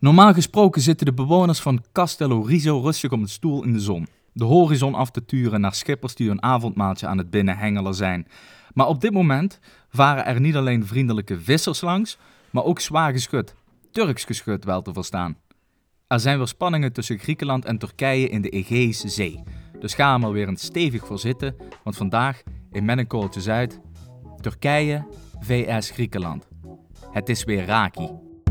Normaal gesproken zitten de bewoners van Castello Riso rustig op een stoel in de zon. De horizon af te turen naar schippers die hun avondmaaltje aan het binnenhengelen zijn. Maar op dit moment varen er niet alleen vriendelijke vissers langs, maar ook zwaar geschut. Turks geschut wel te verstaan. Er zijn weer spanningen tussen Griekenland en Turkije in de Egeïsche Zee. Dus ga er weer eens stevig voor zitten, want vandaag in Met een Korreltje Zuid, Turkije vs Griekenland. Het is weer Raki.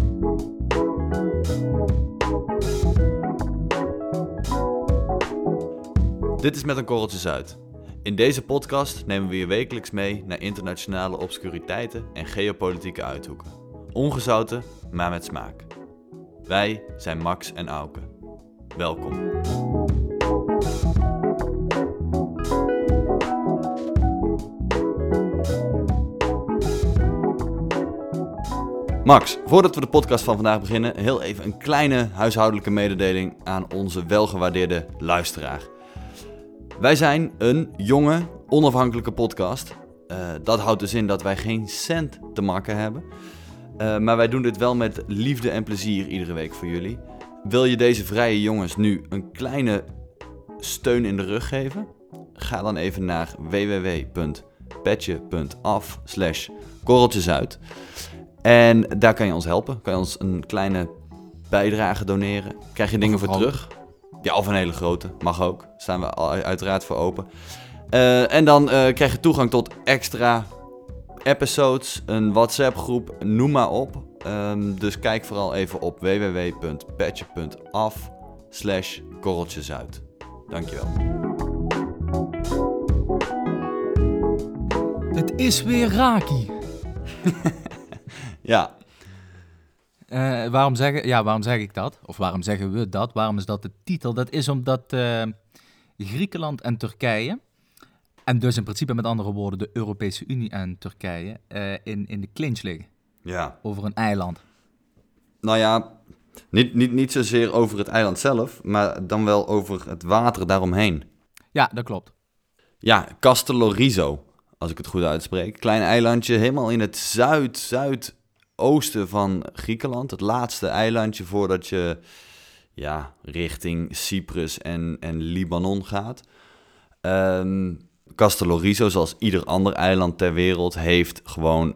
Dit is Met een Korreltje Zuid. In deze podcast nemen we je wekelijks mee naar internationale obscuriteiten en geopolitieke uithoeken. Ongezouten, maar met smaak. Wij zijn Max en Auke. Welkom. Max, voordat we de podcast van vandaag beginnen, heel even een kleine huishoudelijke mededeling aan onze welgewaardeerde luisteraar. Wij zijn een jonge, onafhankelijke podcast. Dat houdt dus in dat wij geen cent te makken hebben. Maar wij doen dit wel met liefde en plezier iedere week voor jullie. Wil je deze vrije jongens nu een kleine steun in de rug geven? Ga dan even naar www.petje.af/korreltjesuit. En daar kan je ons helpen. Kan je ons een kleine bijdrage doneren. Krijg je dingen voor terug. Ja, of een hele grote. Mag ook. Daar staan we uiteraard voor open. En dan krijg je toegang tot extra episodes, een WhatsApp groep, noem maar op. Dus kijk vooral even op www.petje.af/korreltjesuit. Dankjewel. Het is weer Raki. Ja. Waarom zeg ik dat? Of waarom zeggen we dat? Waarom is dat de titel? Dat is omdat Griekenland en Turkije, en dus in principe met andere woorden de Europese Unie en Turkije, in de clinch liggen. Ja. Over een eiland. Nou ja, niet zozeer over het eiland zelf, maar dan wel over het water daaromheen. Ja, dat klopt. Ja, Castello Riso, als ik het goed uitspreek. Klein eilandje helemaal in het zuidoosten van Griekenland. Het laatste eilandje voordat je richting Cyprus en Libanon gaat. Castello Riso, zoals ieder ander eiland ter wereld, heeft gewoon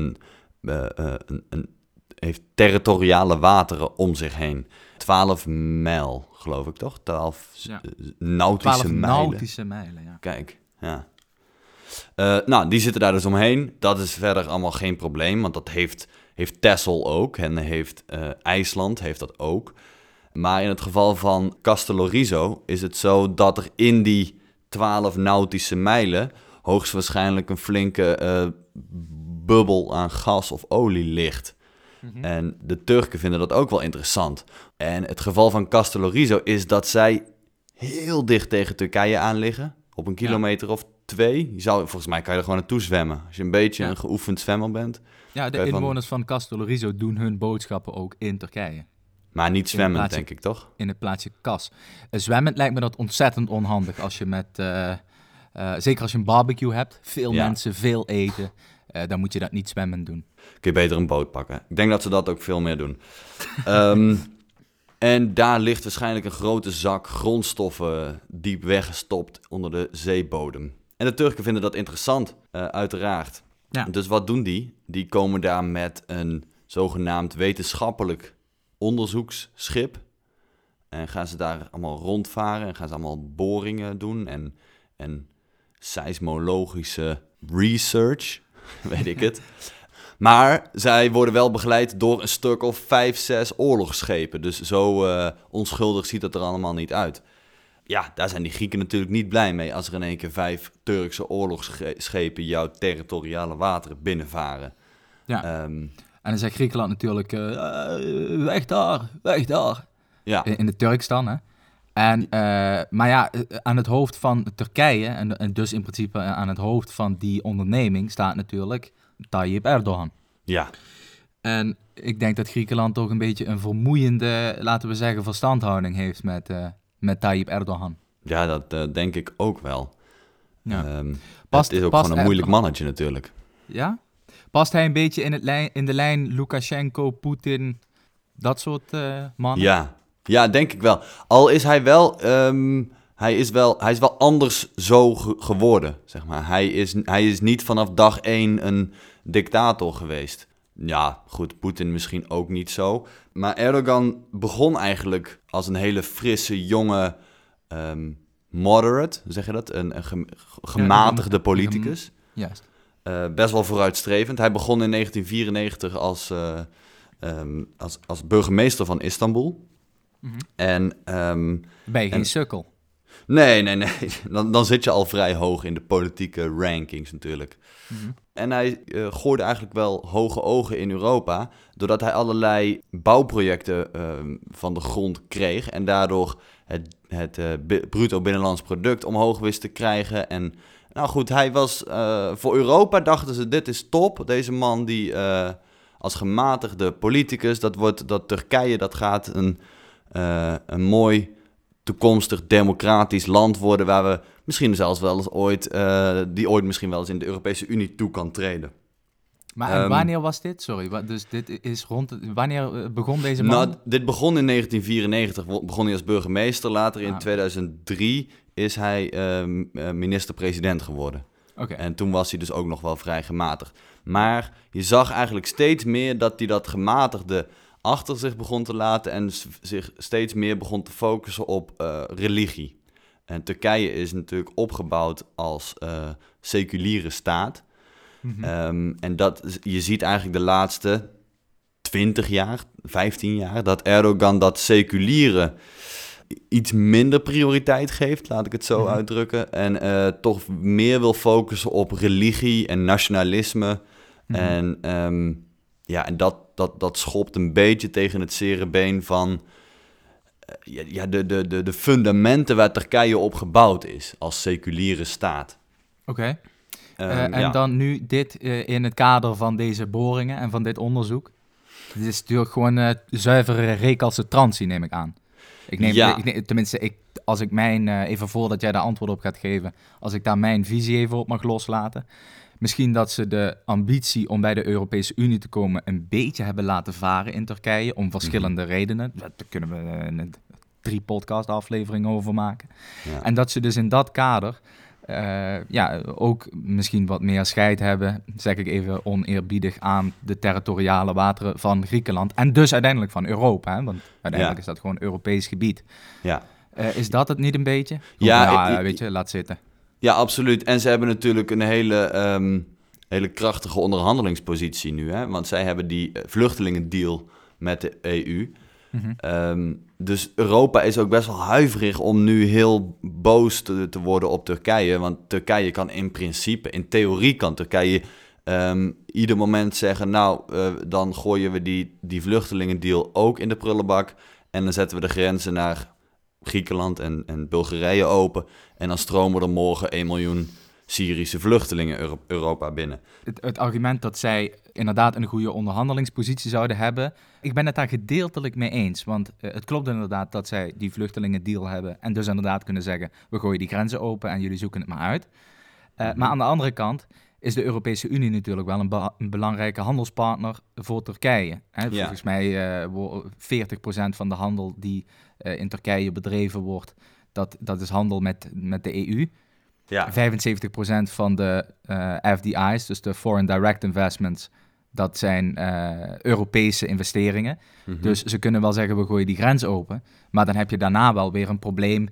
heeft territoriale wateren om zich heen. 12 mijl, geloof ik toch? 12 nautische mijlen. Nautische mijlen, ja. Kijk, ja. Die zitten daar dus omheen. Dat is verder allemaal geen probleem, want dat heeft Texel ook en heeft IJsland heeft dat ook. Maar in het geval van Castello Riso is het zo dat er in die 12 nautische mijlen hoogstwaarschijnlijk een flinke bubbel aan gas of olie ligt. Mm-hmm. En de Turken vinden dat ook wel interessant. En het geval van Castello Riso is dat zij heel dicht tegen Turkije aan liggen, op een kilometer of 2. Volgens mij kan je er gewoon naartoe zwemmen. Als je een beetje een geoefend zwemmer bent. Ja, de inwoners van Castello Riso doen hun boodschappen ook in Turkije. Maar niet zwemmend, denk ik, toch? In het plaatsje Kas. Zwemmend lijkt me dat ontzettend onhandig als je zeker als je een barbecue hebt, veel mensen, veel eten, dan moet je dat niet zwemmend doen. Kun je beter een boot pakken. Ik denk dat ze dat ook veel meer doen. En daar ligt waarschijnlijk een grote zak grondstoffen diep weggestopt onder de zeebodem. En de Turken vinden dat interessant, uiteraard. Ja. Dus wat doen die? Die komen daar met een zogenaamd wetenschappelijk onderzoeksschip. En gaan ze daar allemaal rondvaren en gaan ze allemaal boringen doen en seismologische research, weet ik het. Maar zij worden wel begeleid door een stuk of 5, 6 oorlogsschepen. Dus zo onschuldig ziet het er allemaal niet uit. Ja, daar zijn die Grieken natuurlijk niet blij mee als er in één keer 5 Turkse oorlogsschepen jouw territoriale wateren binnenvaren. Ja, en dan zegt Griekenland natuurlijk, weg daar. Ja. In de Turks dan, hè. En, maar ja, aan het hoofd van Turkije, en dus in principe aan het hoofd van die onderneming, staat natuurlijk Tayyip Erdogan. Ja. En ik denk dat Griekenland toch een beetje een vermoeiende, laten we zeggen, verstandhouding heeft met Tayyip Erdogan. Ja, dat denk ik ook wel. Ja. Het is ook gewoon een moeilijk mannetje natuurlijk. Ja? Past hij een beetje in de lijn Lukashenko, Poetin, Dat soort mannen? Ja, denk ik wel. Al is hij wel... Hij is wel anders zo geworden, zeg maar. Hij is niet vanaf dag 1 een dictator geweest. Ja, goed, Poetin misschien ook niet zo. Maar Erdogan begon eigenlijk als een hele frisse, jonge, moderate, hoe zeg je dat? Een gematigde politicus. Juist. Best wel vooruitstrevend. Hij begon in 1994 als burgemeester van Istanbul. Mm-hmm. En... ben je geen sukkel? Nee. Dan zit je al vrij hoog in de politieke rankings natuurlijk. Mm-hmm. En hij gooide eigenlijk wel hoge ogen in Europa, doordat hij allerlei bouwprojecten van de grond kreeg en daardoor het bruto binnenlands product omhoog wist te krijgen. En nou goed, hij was voor Europa, dachten ze, dit is top. Deze man die als gematigde politicus, dat Turkije, dat gaat een mooi toekomstig democratisch land worden waar we misschien zelfs wel eens ooit misschien wel eens in de Europese Unie toe kan treden. Maar wanneer was dit? Sorry, dus dit is wanneer begon deze man? Nou, dit begon in 1994, begon hij als burgemeester. Later in 2003 is hij minister-president geworden. Okay. En toen was hij dus ook nog wel vrij gematigd. Maar je zag eigenlijk steeds meer dat hij dat gematigde achter zich begon te laten en zich steeds meer begon te focussen op religie. En Turkije is natuurlijk opgebouwd als seculiere staat. Mm-hmm. En je ziet eigenlijk de laatste 20 jaar, 15 jaar, dat Erdogan dat seculiere iets minder prioriteit geeft, laat ik het zo uitdrukken. En toch meer wil focussen op religie en nationalisme. Mm-hmm. En dat schopt een beetje tegen het zere been van de fundamenten waar Turkije op gebouwd is als seculiere staat. Oké. Dan nu dit in het kader van deze boringen en van dit onderzoek. Dit is natuurlijk gewoon zuivere recalcitrantie, neem ik aan. Als ik mijn, even voordat jij daar antwoord op gaat geven, als ik daar mijn visie even op mag loslaten. Misschien dat ze de ambitie om bij de Europese Unie te komen een beetje hebben laten varen in Turkije, om verschillende redenen. Daar kunnen we 3 podcast-afleveringen over maken. Ja. En dat ze dus in dat kader ook misschien wat meer scheid hebben, zeg ik even oneerbiedig, aan de territoriale wateren van Griekenland. En dus uiteindelijk van Europa, hè? Want uiteindelijk is dat gewoon Europees gebied. Ja. Is dat het niet een beetje? Weet je, laat zitten. Ja, absoluut. En ze hebben natuurlijk een hele krachtige onderhandelingspositie nu. Hè? Want zij hebben die vluchtelingendeal met de EU. Mm-hmm. Dus Europa is ook best wel huiverig om nu heel boos te worden op Turkije. Want Turkije kan in theorie kan Turkije ieder moment zeggen, dan gooien we die vluchtelingendeal ook in de prullenbak. En dan zetten we de grenzen naar Griekenland en Bulgarije open. En dan stromen er morgen 1 miljoen Syrische vluchtelingen Europa binnen. Het argument dat zij inderdaad een goede onderhandelingspositie zouden hebben, ik ben het daar gedeeltelijk mee eens. Want het klopt inderdaad dat zij die vluchtelingendeal hebben en dus inderdaad kunnen zeggen, we gooien die grenzen open en jullie zoeken het maar uit. Maar aan de andere kant is de Europese Unie natuurlijk wel een belangrijke handelspartner voor Turkije. Hè? Ja. Volgens mij 40% van de handel die in Turkije bedreven wordt, dat is handel met de EU. Ja. 75% van de FDI's, dus de Foreign Direct Investments, dat zijn Europese investeringen. Mm-hmm. Dus ze kunnen wel zeggen, we gooien die grens open. Maar dan heb je daarna wel weer een probleem.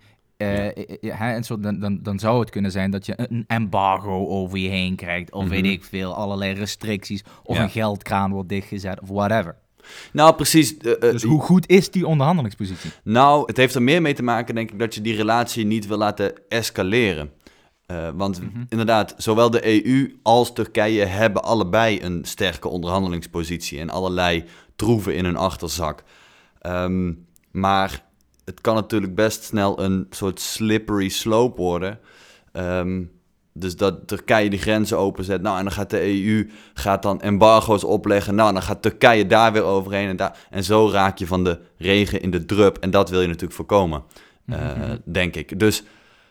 Dan zou het kunnen zijn dat je een embargo over je heen krijgt. Of weet ik veel, allerlei restricties. Of een geldkraan wordt dichtgezet of whatever. Nou, precies. Dus hoe goed is die onderhandelingspositie? Nou, het heeft er meer mee te maken, denk ik, dat je die relatie niet wil laten escaleren. Want inderdaad, zowel de EU als Turkije hebben allebei een sterke onderhandelingspositie en allerlei troeven in hun achterzak. Maar het kan natuurlijk best snel een soort slippery slope worden. Dus dat Turkije die grenzen openzet. Nou, en dan gaat de EU dan embargo's opleggen. Nou, en dan gaat Turkije daar weer overheen. En zo raak je van de regen in de drup. En dat wil je natuurlijk voorkomen, denk ik. Dus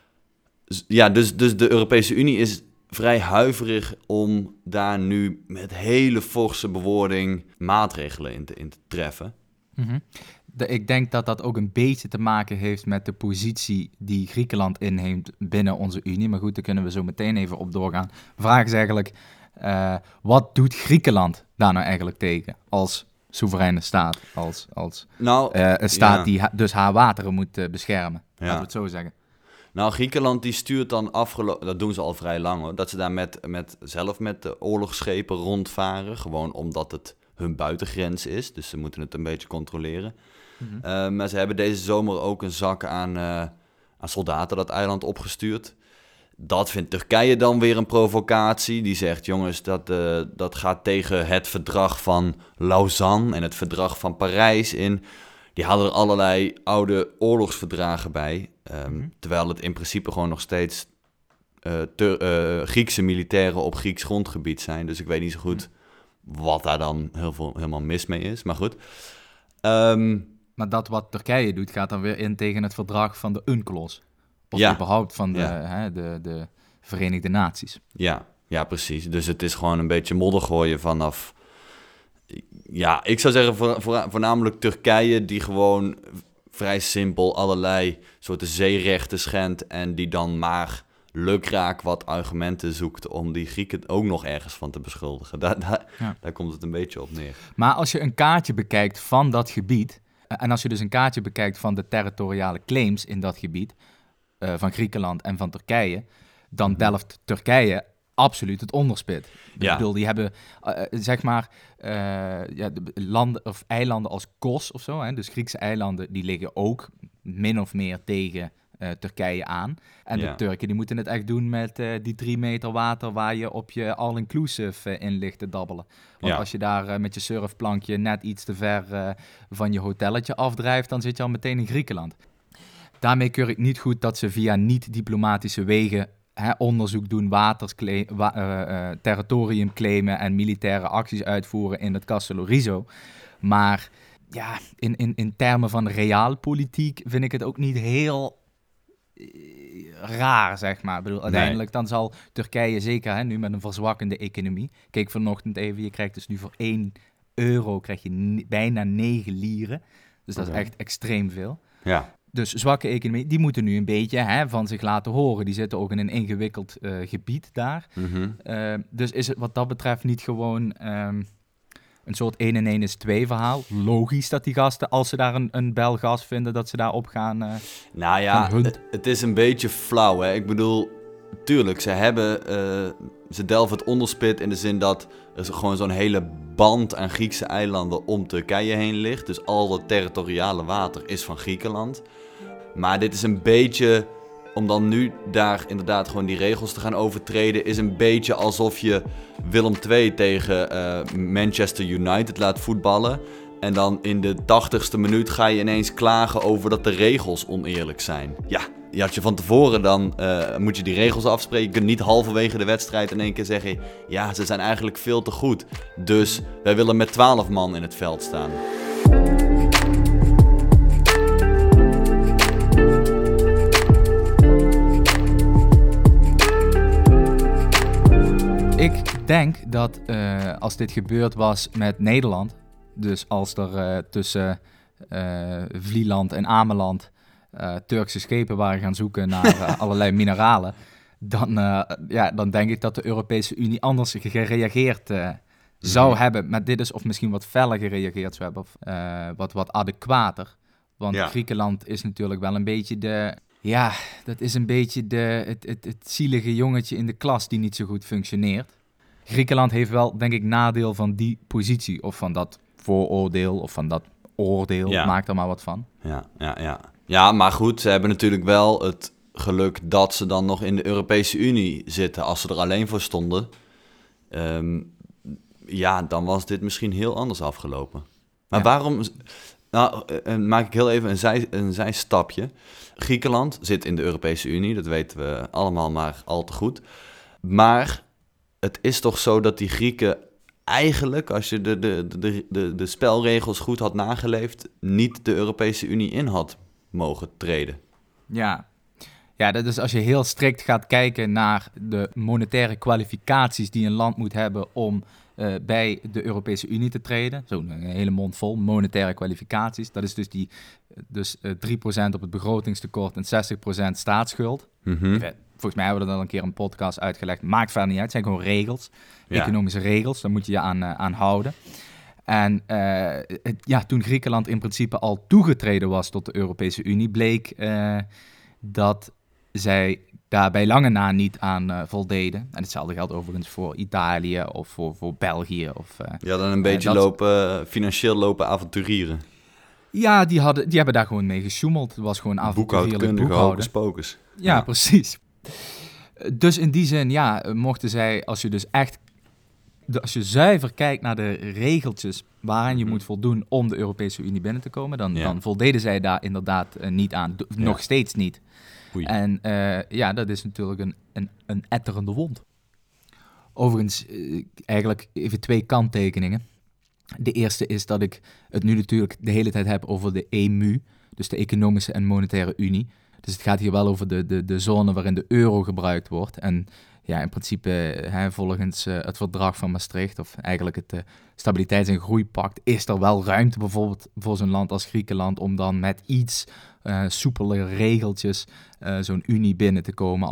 de Europese Unie is vrij huiverig om daar nu met hele forse bewoording maatregelen in te treffen. Mm-hmm. Ik denk dat dat ook een beetje te maken heeft met de positie die Griekenland inneemt binnen onze Unie. Maar goed, daar kunnen we zo meteen even op doorgaan. De vraag is eigenlijk, wat doet Griekenland daar nou eigenlijk tegen als soevereine staat? Als een staat die dus haar wateren moet beschermen, laten we het zo zeggen. Nou, Griekenland die stuurt dan dat doen ze al vrij lang hoor, dat ze daar zelf met de oorlogsschepen rondvaren. Gewoon omdat het hun buitengrens is, dus ze moeten het een beetje controleren. Mm-hmm. Maar ze hebben deze zomer ook een zak aan soldaten dat eiland opgestuurd. Dat vindt Turkije dan weer een provocatie. Die zegt, jongens, dat gaat tegen het verdrag van Lausanne en het verdrag van Parijs in. Die hadden er allerlei oude oorlogsverdragen bij. Terwijl het in principe gewoon nog steeds Griekse militairen op Grieks grondgebied zijn. Dus ik weet niet zo goed wat daar dan helemaal mis mee is. Maar goed. Maar dat wat Turkije doet, gaat dan weer in tegen het verdrag van de UNCLOS. Of überhaupt van de Verenigde Naties. Ja, precies. Dus het is gewoon een beetje modder gooien vanaf... Ja, ik zou zeggen voornamelijk Turkije, die gewoon vrij simpel allerlei soorten zeerechten schendt en die dan maar lukraak wat argumenten zoekt om die Grieken ook nog ergens van te beschuldigen. Daar komt het een beetje op neer. Maar als je een kaartje bekijkt van dat gebied, en als je dus een kaartje bekijkt van de territoriale claims in dat gebied, van Griekenland en van Turkije, dan delft Turkije absoluut het onderspit. Ik bedoel, die hebben landen of eilanden als Kos of zo, hè, dus Griekse eilanden, die liggen ook min of meer tegen Turkije aan. En de Turken die moeten het echt doen met die 3 meter water waar je op je all-inclusive in ligt te dabbelen. Want als je daar met je surfplankje net iets te ver van je hotelletje afdrijft, dan zit je al meteen in Griekenland. Daarmee keur ik niet goed dat ze via niet-diplomatische wegen onderzoek doen, territorium claimen en militaire acties uitvoeren in het Castello-Riso. Maar ja, in termen van realpolitiek vind ik het ook niet heel raar, zeg maar. Ik bedoel, uiteindelijk dan zal Turkije zeker, nu met een verzwakkende economie. Kijk vanochtend even, je krijgt dus nu voor €1 krijg je bijna 9 lieren. Dus dat is echt extreem veel. Ja. Dus zwakke economie, die moeten nu een beetje van zich laten horen. Die zitten ook in een ingewikkeld gebied daar. Mm-hmm. Dus is het wat dat betreft niet gewoon een soort 1 en 1 is 2 verhaal? Logisch dat die gasten, als ze daar een belgas vinden, dat ze daar op gaan Nou ja, het is een beetje flauw, hè. Ik bedoel, tuurlijk, ze delven het onderspit in de zin dat er gewoon zo'n hele band aan Griekse eilanden om Turkije heen ligt. Dus al het territoriale water is van Griekenland. Maar dit is een beetje, om dan nu daar inderdaad gewoon die regels te gaan overtreden, is een beetje alsof je Willem II tegen Manchester United laat voetballen. En dan in de 80ste minuut ga je ineens klagen over dat de regels oneerlijk zijn. Ja, je had je van tevoren dan moet je die regels afspreken. Je kunt niet halverwege de wedstrijd in één keer zeggen, ja, ze zijn eigenlijk veel te goed. Dus wij willen met 12 man in het veld staan. Ik denk dat als dit gebeurd was met Nederland, dus als er tussen Vlieland en Ameland Turkse schepen waren gaan zoeken naar allerlei mineralen, dan denk ik dat de Europese Unie anders gereageerd zou hebben. Maar dit is of misschien wat feller gereageerd zou hebben, of wat adequater. Want Griekenland is natuurlijk wel een beetje het zielige jongetje in de klas die niet zo goed functioneert. Griekenland heeft wel, denk ik, nadeel van die positie of van dat vooroordeel of van dat oordeel. Maak er maar wat van. Ja, maar goed, ze hebben natuurlijk wel het geluk dat ze dan nog in de Europese Unie zitten. Als ze er alleen voor stonden, dan was dit misschien heel anders afgelopen. Maar waarom... Nou, maak ik heel even een zijstapje. Griekenland zit in de Europese Unie, dat weten we allemaal maar al te goed. Maar het is toch zo dat die Grieken eigenlijk, als je de spelregels goed had nageleefd, niet de Europese Unie in had mogen treden. Ja, dat is als je heel strikt gaat kijken naar de monetaire kwalificaties die een land moet hebben om bij de Europese Unie te treden. Zo'n hele mond vol, monetaire kwalificaties. Dat is dus 3% op het begrotingstekort en 60% staatsschuld. Mm-hmm. Volgens mij hebben we dat al een keer een podcast uitgelegd. Maakt verder niet uit, het zijn gewoon regels. Economische regels, daar moet je je aan houden. En toen Griekenland in principe al toegetreden was tot de Europese Unie, bleek dat zij daar bij lange na niet aan voldeden. En hetzelfde geldt overigens voor Italië of voor België. Dan een beetje financieel lopen avonturieren. Ja, die hebben daar gewoon mee gesjoemeld. Het was gewoon avonturierlijk boekhouden. Hocus pocus. Ja, precies. Dus in die zin, mochten zij, als je zuiver kijkt naar de regeltjes waaraan je moet voldoen om de Europese Unie binnen te komen, dan voldeden zij daar inderdaad niet aan. Nog steeds niet. Oei. En dat is natuurlijk een etterende wond. Overigens, eigenlijk even 2 kanttekeningen. De eerste is dat ik het nu natuurlijk de hele tijd heb over de EMU, dus de Economische en Monetaire Unie. Dus het gaat hier wel over de zone waarin de euro gebruikt wordt. En in principe, volgens het verdrag van Maastricht, of eigenlijk het Stabiliteits- en Groeipact, is er wel ruimte bijvoorbeeld voor zo'n land als Griekenland om dan met iets soepelere regeltjes zo'n unie binnen te komen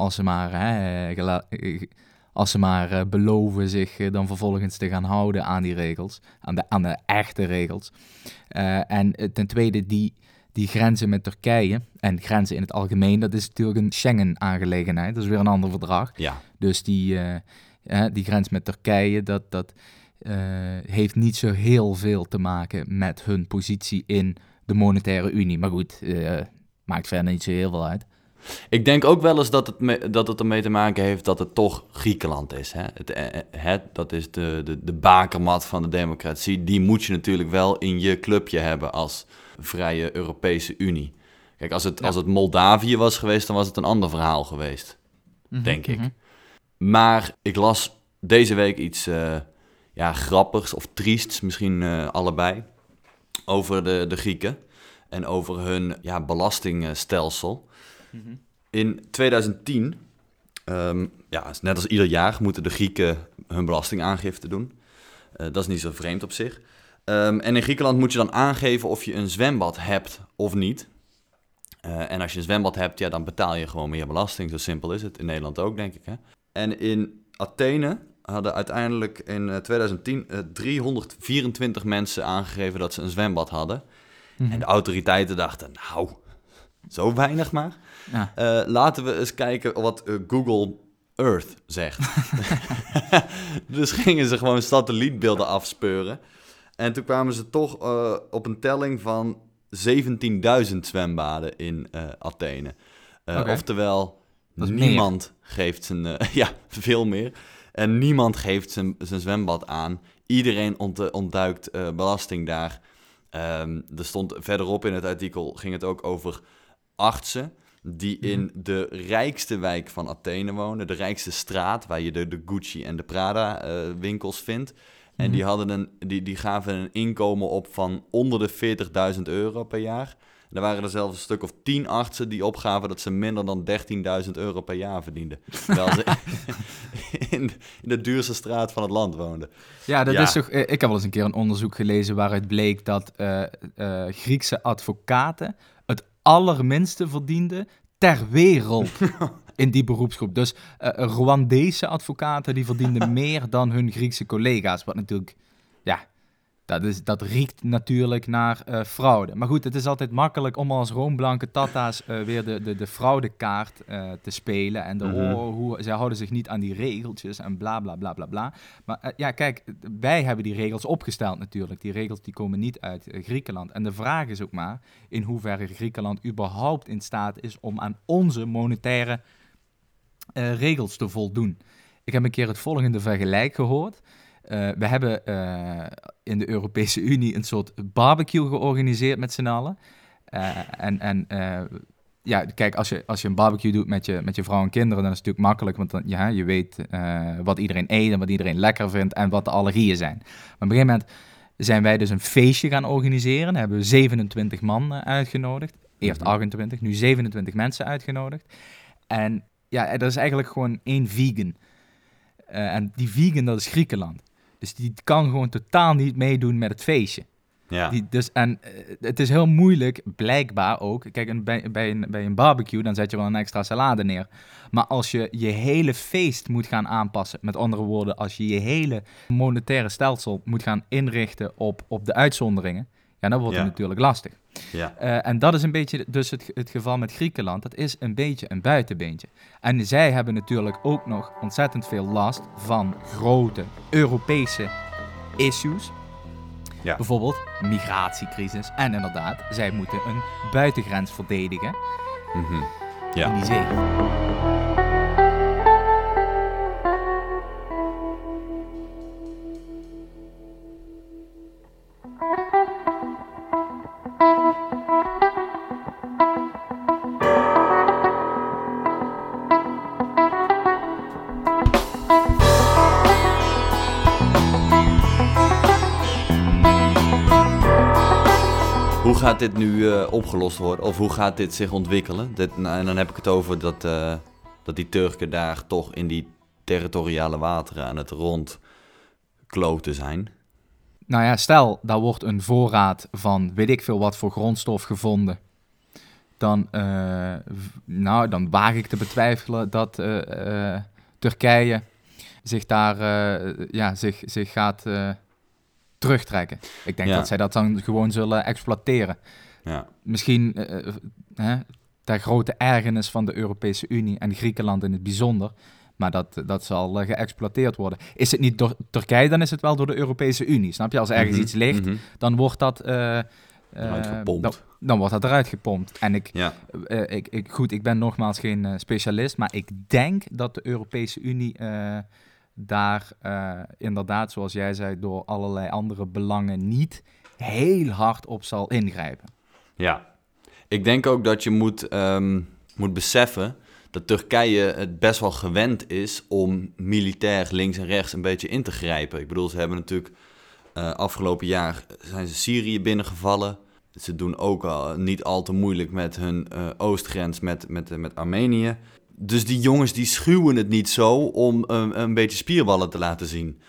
als ze maar beloven zich dan vervolgens te gaan houden aan die regels, aan de echte regels. En ten tweede, die grenzen met Turkije en grenzen in het algemeen, dat is natuurlijk een Schengen-aangelegenheid. Dat is weer een ander verdrag. Ja. Dus die grens met Turkije, dat heeft niet zo heel veel te maken met hun positie in de monetaire unie. Maar goed, maakt verder niet zo heel veel uit. Ik denk ook wel eens dat het ermee te maken heeft dat het toch Griekenland is. Hè? Dat is de bakermat van de democratie. Die moet je natuurlijk wel in je clubje hebben als vrije Europese Unie. Kijk, als het Moldavië was geweest, dan was het een ander verhaal geweest. Denk ik. Maar ik las deze week iets grappigs of triests, misschien allebei, over de Grieken en over hun belastingstelsel. In 2010, net als ieder jaar, moeten de Grieken hun belastingaangifte doen. Dat is niet zo vreemd op zich. En in Griekenland moet je dan aangeven of je een zwembad hebt of niet. En als je een zwembad hebt, dan betaal je gewoon meer belasting. Zo simpel is het. In Nederland ook, denk ik. Hè? En in Athene hadden uiteindelijk in 2010 324 mensen aangegeven dat ze een zwembad hadden. En de autoriteiten dachten, nou, zo weinig maar. Ja. Laten we eens kijken wat Google Earth zegt. Dus gingen ze gewoon satellietbeelden afspeuren. En toen kwamen ze toch op een telling van 17.000 zwembaden in Athene. Oftewel, niemand geeft zijn... veel meer. En niemand geeft zijn zwembad aan. Iedereen ontduikt belasting daar. Er stond verderop in het artikel, ging het ook over artsen die in de rijkste wijk van Athene wonen. De rijkste straat waar je de Gucci en de Prada winkels vindt. En die gaven een inkomen op van onder de €40.000 per jaar. Er waren er zelfs een stuk of 10 artsen die opgaven dat ze minder dan €13.000 per jaar verdienden. Terwijl ze in de duurste straat van het land woonden. Ja, dat is toch... Ik heb wel eens een keer een onderzoek gelezen waaruit bleek dat Griekse advocaten het allerminste verdienden ter wereld in die beroepsgroep. Dus Rwandese advocaten die verdienden meer dan hun Griekse collega's. Wat natuurlijk, dat riekt natuurlijk naar fraude. Maar goed, het is altijd makkelijk om als roomblanke tata's weer de fraudekaart te spelen. En zij houden zich niet aan die regeltjes en bla bla bla bla bla. Maar kijk, wij hebben die regels opgesteld natuurlijk. Die regels die komen niet uit Griekenland. En de vraag is ook maar in hoeverre Griekenland überhaupt in staat is om aan onze monetaire regels te voldoen. Ik heb een keer het volgende vergelijk gehoord. We hebben in de Europese Unie een soort barbecue georganiseerd met z'n allen. Kijk, als je een barbecue doet met je vrouw en kinderen, dan is het natuurlijk makkelijk, want dan, je weet wat iedereen eet en wat iedereen lekker vindt en wat de allergieën zijn. Maar op een gegeven moment zijn wij dus een feestje gaan organiseren. Dan hebben we 27 man uitgenodigd. Eerst 28, nu 27 mensen uitgenodigd. En er is eigenlijk gewoon 1 vegan. En die vegan, dat is Griekenland. Dus die kan gewoon totaal niet meedoen met het feestje. Ja. Het is heel moeilijk, blijkbaar ook. Kijk, bij een barbecue, dan zet je wel een extra salade neer. Maar als je je hele feest moet gaan aanpassen, met andere woorden, als je je hele monetaire stelsel moet gaan inrichten op de uitzonderingen, ja, dan wordt het natuurlijk lastig. Ja. En dat is een beetje dus het geval met Griekenland. Dat is een beetje een buitenbeentje. En zij hebben natuurlijk ook nog ontzettend veel last van grote Europese issues. Ja. Bijvoorbeeld migratiecrisis. En inderdaad, zij moeten een buitengrens verdedigen in die zee. Hoe gaat dit nu opgelost worden? Of hoe gaat dit zich ontwikkelen? En dan heb ik het over dat die Turken daar toch in die territoriale wateren aan het rondkloten zijn. Nou ja, stel, daar wordt een voorraad van weet ik veel wat voor grondstof gevonden. Dan waag ik te betwijfelen dat Turkije zich daar zich gaat terugtrekken. Ik denk dat zij dat dan gewoon zullen exploiteren. Ja. Misschien ter grote ergernis van de Europese Unie en Griekenland in het bijzonder. Maar dat zal geëxploiteerd worden. Is het niet door Turkije, dan is het wel door de Europese Unie. Snap je? Als ergens iets ligt, dan wordt dat eruit gepompt. Dan wordt dat eruit gepompt. En ik ben nogmaals geen specialist, maar ik denk dat de Europese Unie daar inderdaad, zoals jij zei, door allerlei andere belangen niet heel hard op zal ingrijpen. Ja, ik denk ook dat je moet beseffen dat Turkije het best wel gewend is om militair links en rechts een beetje in te grijpen. Ik bedoel, ze hebben natuurlijk afgelopen jaar zijn ze Syrië binnengevallen. Ze doen ook al niet al te moeilijk met hun oostgrens met Armenië. Dus die jongens die schuwen het niet zo om een beetje spierballen te laten zien.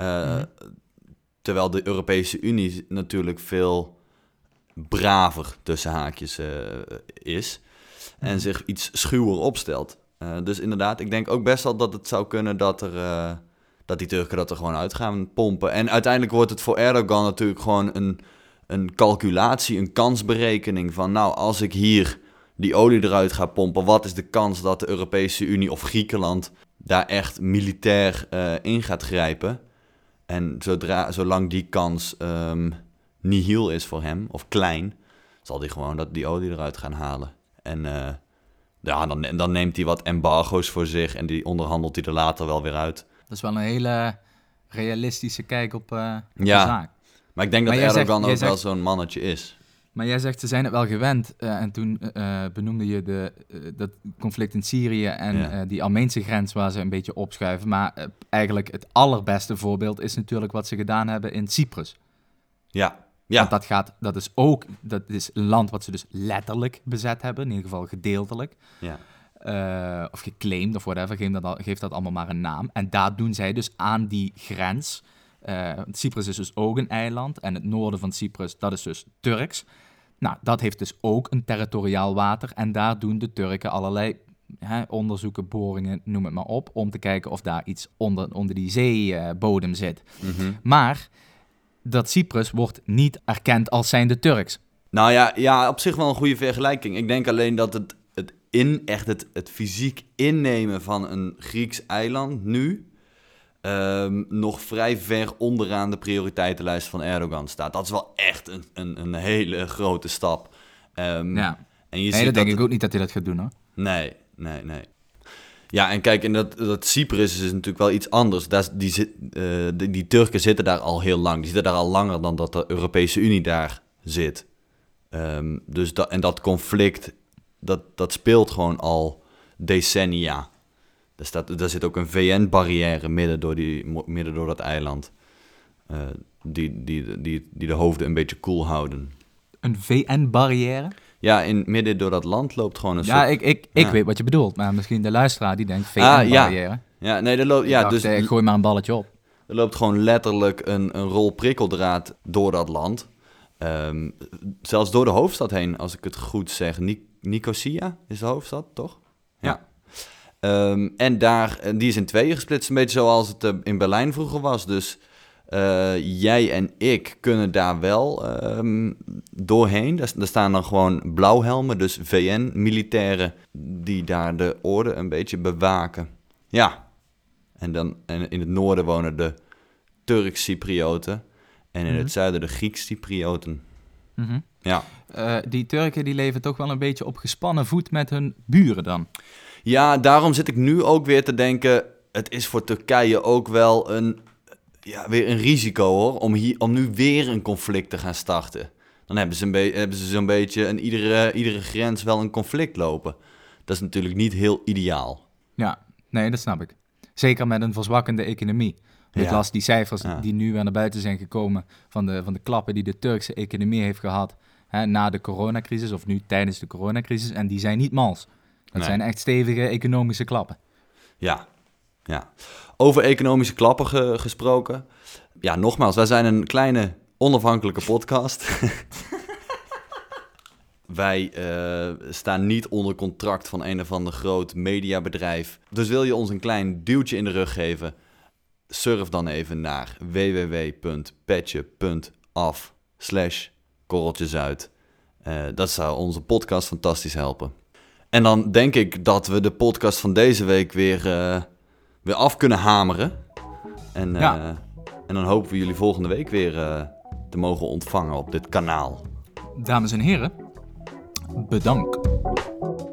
Terwijl de Europese Unie natuurlijk veel braver tussen haakjes is. En zich iets schuwer opstelt. Dus inderdaad, ik denk ook best wel dat het zou kunnen dat die Turken dat er gewoon uit gaan pompen. En uiteindelijk wordt het voor Erdogan natuurlijk gewoon een calculatie, een kansberekening van nou, als ik hier die olie eruit ga pompen, wat is de kans dat de Europese Unie of Griekenland daar echt militair in gaat grijpen? En zolang die kans nihil is voor hem, of klein, zal hij gewoon die olie eruit gaan halen. En dan neemt hij wat embargo's voor zich en die onderhandelt hij er later wel weer uit. Dat is wel een hele realistische kijk op de zaak. Maar ik denk dat Erdogan ook wel zo'n mannetje is. Maar jij zegt, ze zijn het wel gewend. En toen benoemde je dat conflict in Syrië en die Armeense grens waar ze een beetje opschuiven. Maar eigenlijk het allerbeste voorbeeld is natuurlijk wat ze gedaan hebben in Cyprus. Ja. Want dat is een land wat ze dus letterlijk bezet hebben, in ieder geval gedeeltelijk. Ja. Of geclaimd of whatever, geef dat allemaal maar een naam. En daar doen zij dus aan die grens. Cyprus is dus ook een eiland en het noorden van Cyprus, dat is dus Turks. Nou, dat heeft dus ook een territoriaal water en daar doen de Turken allerlei onderzoeken, boringen, noem het maar op, om te kijken of daar iets onder die zeebodem zit. Mm-hmm. Maar dat Cyprus wordt niet erkend als zijnde Turks. Nou ja, op zich wel een goede vergelijking. Ik denk alleen dat het fysiek innemen van een Grieks eiland nu nog vrij ver onderaan de prioriteitenlijst van Erdogan staat. Dat is wel echt een hele grote stap. En dat denk ik ook niet dat hij dat gaat doen, hoor. Nee. Ja, en kijk, en dat Cyprus is natuurlijk wel iets anders. Die Turken zitten daar al heel lang. Die zitten daar al langer dan dat de Europese Unie daar zit. Dus dat conflict, dat speelt gewoon al decennia. Daar zit ook een VN-barrière midden door dat eiland. Die de hoofden een beetje koel houden. Een VN-barrière? Ja, midden door dat land loopt gewoon een soort... Ik weet wat je bedoelt, maar misschien de luisteraar die denkt VN-barrière. Ja, nee, ik gooi maar een balletje op. Er loopt gewoon letterlijk een rol prikkeldraad door dat land. Zelfs door de hoofdstad heen, als ik het goed zeg. Nicosia is de hoofdstad, toch? Ja. En die is in tweeën gesplitst, een beetje zoals het in Berlijn vroeger was. Dus jij en ik kunnen daar wel doorheen. Daar staan dan gewoon blauwhelmen, dus VN-militairen die daar de orde een beetje bewaken. Ja, en in het noorden wonen de Turks-Cyprioten en in het zuiden de Grieks-Cyprioten. Mm-hmm. Ja. Die Turken die leven toch wel een beetje op gespannen voet met hun buren dan. Ja, daarom zit ik nu ook weer te denken, het is voor Turkije ook wel weer een risico hoor, om nu weer een conflict te gaan starten. Dan hebben ze zo'n beetje in iedere grens wel een conflict lopen. Dat is natuurlijk niet heel ideaal. Ja, nee, dat snap ik. Zeker met een verzwakkende economie. Ik las die cijfers die nu weer naar buiten zijn gekomen van de klappen die de Turkse economie heeft gehad na de coronacrisis of nu tijdens de coronacrisis. En die zijn niet mals. Dat zijn echt stevige economische klappen. Ja. Over economische klappen gesproken. Ja, nogmaals, wij zijn een kleine onafhankelijke podcast. Wij staan niet onder contract van een of ander groot mediabedrijf. Dus wil je ons een klein duwtje in de rug geven? Surf dan even naar www.petje.af/korreltjesuit. Dat zou onze podcast fantastisch helpen. En dan denk ik dat we de podcast van deze week weer af kunnen hameren. En dan hopen we jullie volgende week weer te mogen ontvangen op dit kanaal. Dames en heren, bedankt.